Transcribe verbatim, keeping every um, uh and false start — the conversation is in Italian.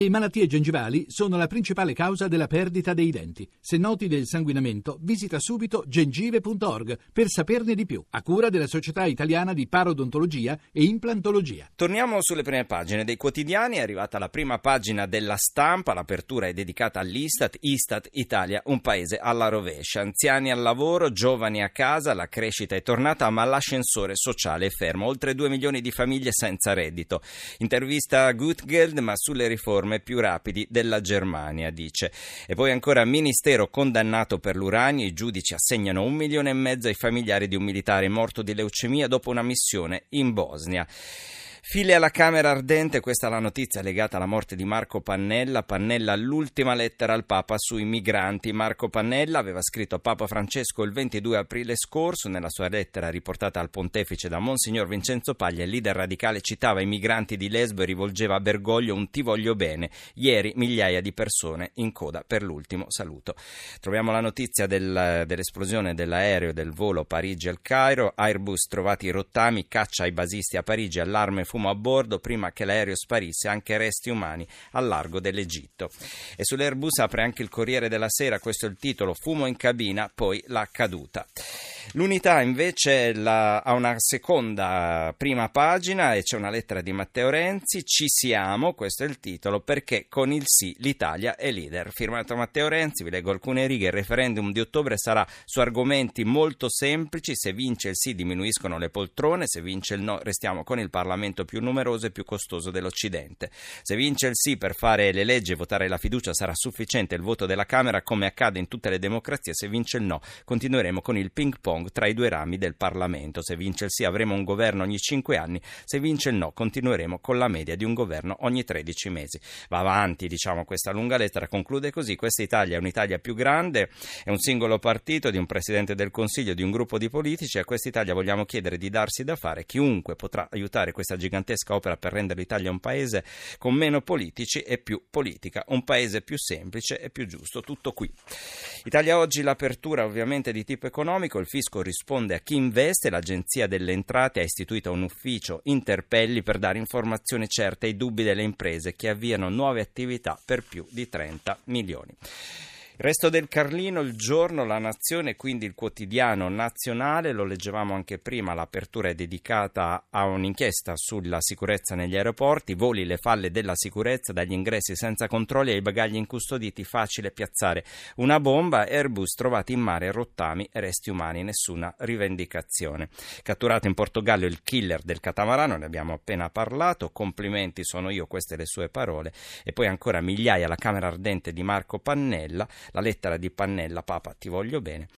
Le malattie gengivali sono la principale causa della perdita dei denti. Se noti del sanguinamento, visita subito gengive punto org per saperne di più, a cura della Società Italiana di Parodontologia e Implantologia. Torniamo sulle prime pagine dei quotidiani. È arrivata la prima pagina della Stampa. L'apertura è dedicata all'Istat. Istat Italia, un paese alla rovescia. Anziani al lavoro, giovani a casa, la crescita è tornata, ma l'ascensore sociale è fermo. Oltre due milioni di famiglie senza reddito. Intervista a Gutgeld, ma sulle riforme più rapidi della Germania, dice. E poi ancora: Ministero condannato per l'uranio, i giudici assegnano un milione e mezzo ai familiari di un militare morto di leucemia dopo una missione in Bosnia. File alla Camera ardente, questa è la notizia legata alla morte di Marco Pannella. Pannella, l'ultima lettera al Papa sui migranti. Marco Pannella aveva scritto a Papa Francesco il ventidue aprile scorso. Nella sua lettera riportata al pontefice da Monsignor Vincenzo Paglia, il leader radicale citava i migranti di Lesbo e rivolgeva a Bergoglio un ti voglio bene. Ieri migliaia di persone in coda per l'ultimo saluto. Troviamo la notizia del, dell'esplosione dell'aereo del volo Parigi al Cairo. Airbus trovati i rottami, caccia ai basisti a Parigi, allarme fumo a bordo. Prima che l'aereo sparisse, anche resti umani al largo dell'Egitto. E sull'Airbus apre anche il Corriere della Sera, questo è il titolo: fumo in cabina, poi la caduta. L'Unità invece la, ha una seconda prima pagina e c'è una lettera di Matteo Renzi. Ci siamo, questo è il titolo, perché con il sì l'Italia è leader. Firmato Matteo Renzi, vi leggo alcune righe. Il referendum di ottobre sarà su argomenti molto semplici. Se vince il sì diminuiscono le poltrone, se vince il no restiamo con il Parlamento più numeroso e più costoso dell'Occidente. Se vince il sì, per fare le leggi e votare la fiducia sarà sufficiente il voto della Camera, come accade in tutte le democrazie. Se vince il no continueremo con il ping pong tra i due rami del Parlamento. Se vince il sì avremo un governo ogni cinque anni, se vince il no continueremo con la media di un governo ogni tredici mesi. Va avanti, diciamo, questa lunga lettera, conclude così: questa Italia è un'Italia più grande, è un singolo partito, di un Presidente del Consiglio, di un gruppo di politici. A questa Italia vogliamo chiedere di darsi da fare. Chiunque potrà aiutare questa gigantesca opera per rendere l'Italia un paese con meno politici e più politica, un paese più semplice e più giusto. Tutto qui. Italia Oggi, l'apertura ovviamente di tipo economico. Il fisco risponde a chi investe. L'Agenzia delle Entrate ha istituito un ufficio interpelli per dare informazioni certe ai dubbi delle imprese che avviano nuove attività per più di trenta milioni. Il resto del Carlino, Il Giorno, La Nazione, quindi il quotidiano nazionale, lo leggevamo anche prima, l'apertura è dedicata a un'inchiesta sulla sicurezza negli aeroporti, voli, le falle della sicurezza, dagli ingressi senza controlli ai bagagli incustoditi, facile piazzare una bomba, Airbus trovati in mare, rottami e resti umani, nessuna rivendicazione. Catturato in Portogallo il killer del catamarano, ne abbiamo appena parlato, complimenti sono io, queste le sue parole. E poi ancora migliaia, la Camera ardente di Marco Pannella. La lettera di Pannella: Papa ti voglio bene.